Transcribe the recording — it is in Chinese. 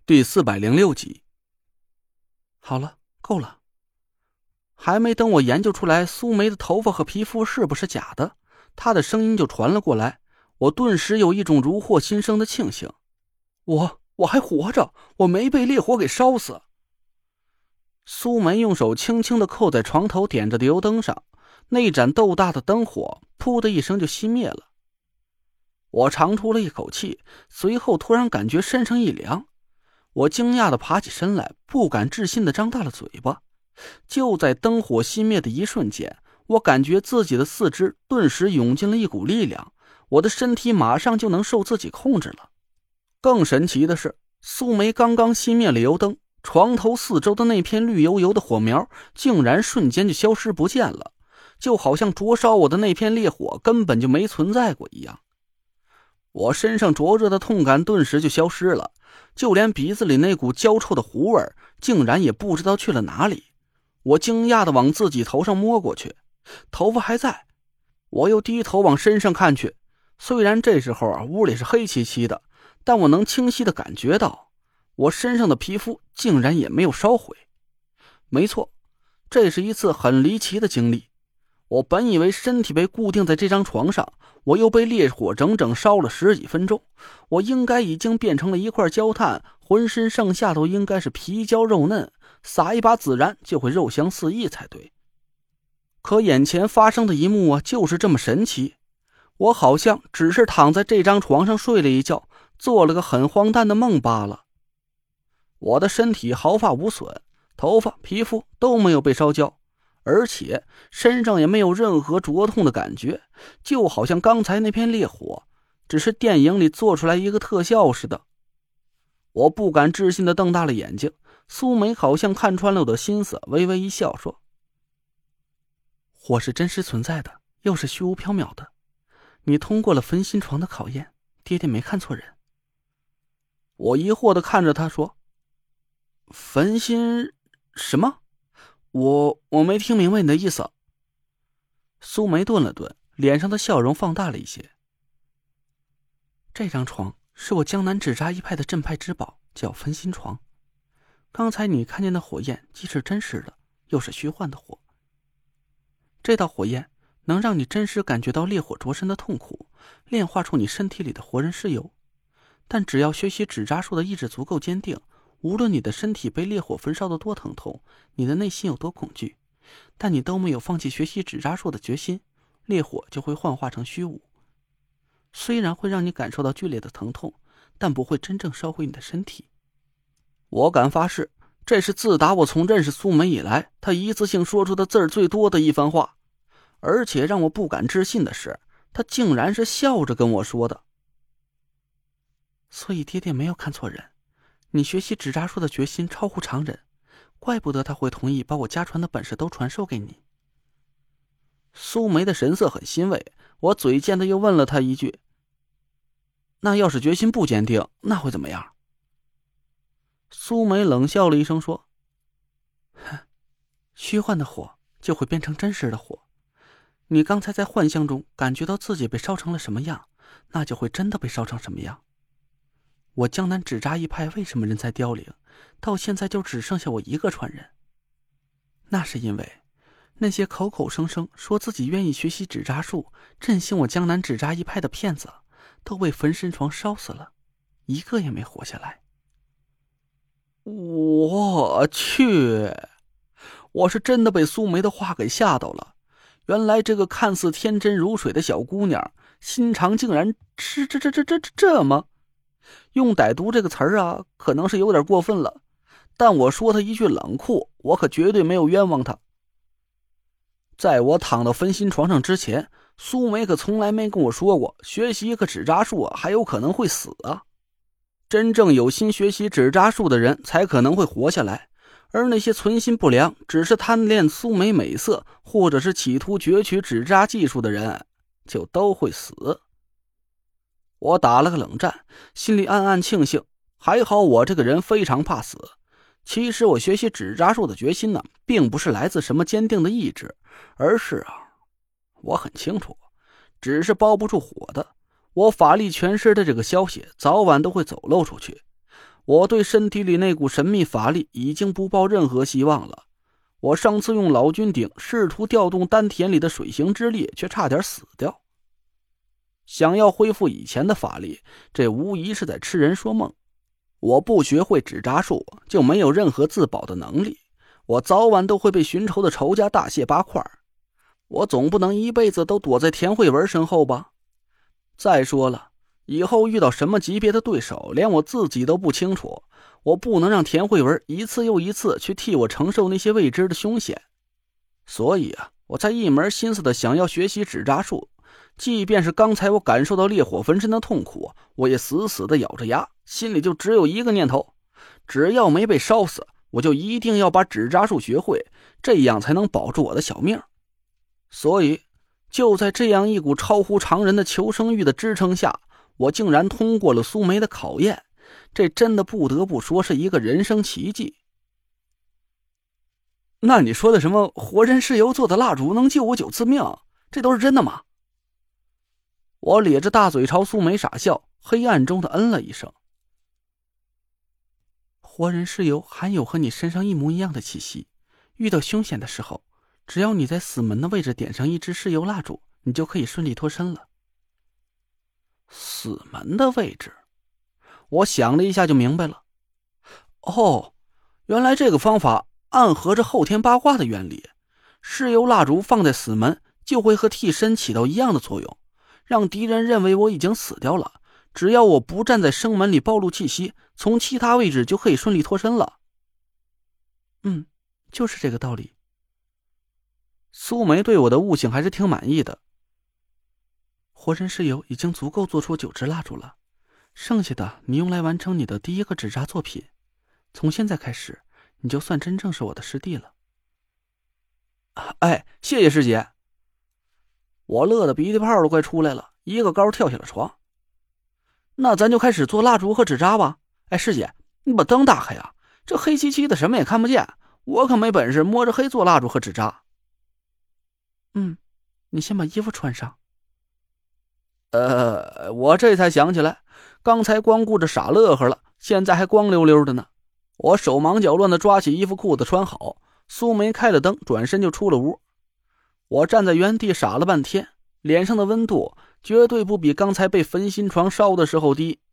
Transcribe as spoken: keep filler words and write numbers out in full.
第四百零六集。好了，够了。还没等我研究出来苏梅的头发和皮肤是不是假的，她的声音就传了过来。我顿时有一种如获新生的庆幸，我我还活着，我没被烈火给烧死。苏梅用手轻轻地扣在床头点着的油灯上，那盏豆大的灯火噗的一声就熄灭了。我长出了一口气，随后突然感觉身上一凉。我惊讶地爬起身来，不敢置信地张大了嘴巴。就在灯火熄灭的一瞬间，我感觉自己的四肢顿时涌进了一股力量，我的身体马上就能受自己控制了。更神奇的是，苏梅刚刚熄灭了油灯，床头四周的那片绿油油的火苗竟然瞬间就消失不见了，就好像灼烧我的那片烈火根本就没存在过一样。我身上灼热的痛感顿时就消失了，就连鼻子里那股焦臭的糊味竟然也不知道去了哪里。我惊讶地往自己头上摸过去，头发还在。我又低头往身上看去，虽然这时候啊屋里是黑漆漆的，但我能清晰地感觉到我身上的皮肤竟然也没有烧毁。没错，这是一次很离奇的经历。我本以为身体被固定在这张床上，我又被烈火整整烧了十几分钟，我应该已经变成了一块焦炭，浑身上下都应该是皮焦肉嫩，撒一把孜然就会肉香四溢才对。可眼前发生的一幕啊，就是这么神奇。我好像只是躺在这张床上睡了一觉，做了个很荒诞的梦罢了。我的身体毫发无损，头发皮肤都没有被烧焦，而且身上也没有任何灼痛的感觉，就好像刚才那片烈火只是电影里做出来一个特效似的。我不敢置信地瞪大了眼睛，苏梅好像看穿了我的心思，微微一笑说：火是真实存在的，又是虚无缥缈的，你通过了焚心床的考验，爹爹没看错人。我疑惑地看着他说：焚心什么？我我没听明白你的意思。苏梅顿了顿，脸上的笑容放大了一些。这张床是我江南纸扎一派的镇派之宝，叫焚心床。刚才你看见的火焰既是真实的，又是虚幻的火。这道火焰能让你真实感觉到烈火灼身的痛苦，炼化出你身体里的活人尸油。但只要学习纸扎术的意志足够坚定，无论你的身体被烈火焚烧得多疼痛，你的内心有多恐惧，但你都没有放弃学习纸扎术的决心，烈火就会幻化成虚无。虽然会让你感受到剧烈的疼痛，但不会真正烧毁你的身体。我敢发誓，这是自打我从认识苏梅以来，她一次性说出的字儿最多的一番话。而且让我不敢置信的是，她竟然是笑着跟我说的。所以爹爹没有看错人，你学习纸扎术的决心超乎常人，怪不得他会同意把我家传的本事都传授给你。苏梅的神色很欣慰，我嘴贱的又问了他一句：那要是决心不坚定，那会怎么样？苏梅冷笑了一声说：哼，虚幻的火就会变成真实的火，你刚才在幻象中感觉到自己被烧成了什么样，那就会真的被烧成什么样。我江南纸扎一派为什么人才凋零，到现在就只剩下我一个传人？那是因为那些口口声声说自己愿意学习纸扎术，振兴我江南纸扎一派的骗子，都被焚身床烧死了，一个也没活下来。我去，我是真的被苏梅的话给吓到了。原来这个看似天真如水的小姑娘，心肠竟然是这这这这这这么……用歹毒这个词儿啊，可能是有点过分了，但我说他一句冷酷，我可绝对没有冤枉他。在我躺到焚心床上之前，苏梅可从来没跟我说过学习一个纸扎术啊还有可能会死啊。真正有心学习纸扎术的人才可能会活下来，而那些存心不良，只是贪恋苏梅美色，或者是企图攫取纸扎技术的人，就都会死。我打了个冷战，心里暗暗庆幸，还好我这个人非常怕死。其实我学习纸扎术的决心呢，并不是来自什么坚定的意志，而是啊，我很清楚，只是包不住火的。我法力全失的这个消息早晚都会走漏出去， 我对身体里那股神秘法力已经不抱任何希望了。我上次用老君鼎试图调动丹田里的水行之力，却差点死掉。想要恢复以前的法力，这无疑是在痴人说梦。我不学会纸扎术，就没有任何自保的能力，我早晚都会被寻仇的仇家大卸八块。我总不能一辈子都躲在田慧文身后吧？再说了，以后遇到什么级别的对手，连我自己都不清楚，我不能让田慧文一次又一次去替我承受那些未知的凶险。所以啊，我才一门心思的想要学习纸扎术，即便是刚才我感受到烈火焚身的痛苦，我也死死的咬着牙，心里就只有一个念头，只要没被烧死，我就一定要把纸扎术学会，这样才能保住我的小命。所以就在这样一股超乎常人的求生欲的支撑下，我竟然通过了苏梅的考验，这真的不得不说是一个人生奇迹。那你说的什么活人尸油做的蜡烛能救我九次命，这都是真的吗？我咧着大嘴朝苏梅傻笑，黑暗中的嗯了一声。活人尸油含有和你身上一模一样的气息，遇到凶险的时候，只要你在死门的位置点上一支尸油蜡烛，你就可以顺利脱身了。死门的位置，我想了一下就明白了。哦，原来这个方法暗合着后天八卦的原理，尸油蜡烛放在死门就会和替身起到一样的作用，让敌人认为我已经死掉了，只要我不站在生门里暴露气息，从其他位置就可以顺利脱身了。嗯，就是这个道理。苏梅对我的悟性还是挺满意的。活人尸油已经足够做出九支蜡烛了，剩下的你用来完成你的第一个纸扎作品。从现在开始，你就算真正是我的师弟了。哎，谢谢师姐。我乐得鼻涕泡都快出来了，一个高跳下了床。那咱就开始做蜡烛和纸扎吧。哎，师姐，你把灯打开呀，这黑漆漆的什么也看不见，我可没本事摸着黑做蜡烛和纸扎。嗯，你先把衣服穿上。呃，我这才想起来，刚才光顾着傻乐呵了，现在还光溜溜的呢。我手忙脚乱地抓起衣服裤子穿好，苏梅开了灯，转身就出了屋。我站在原地傻了半天，脸上的温度绝对不比刚才被焚心床烧的时候低。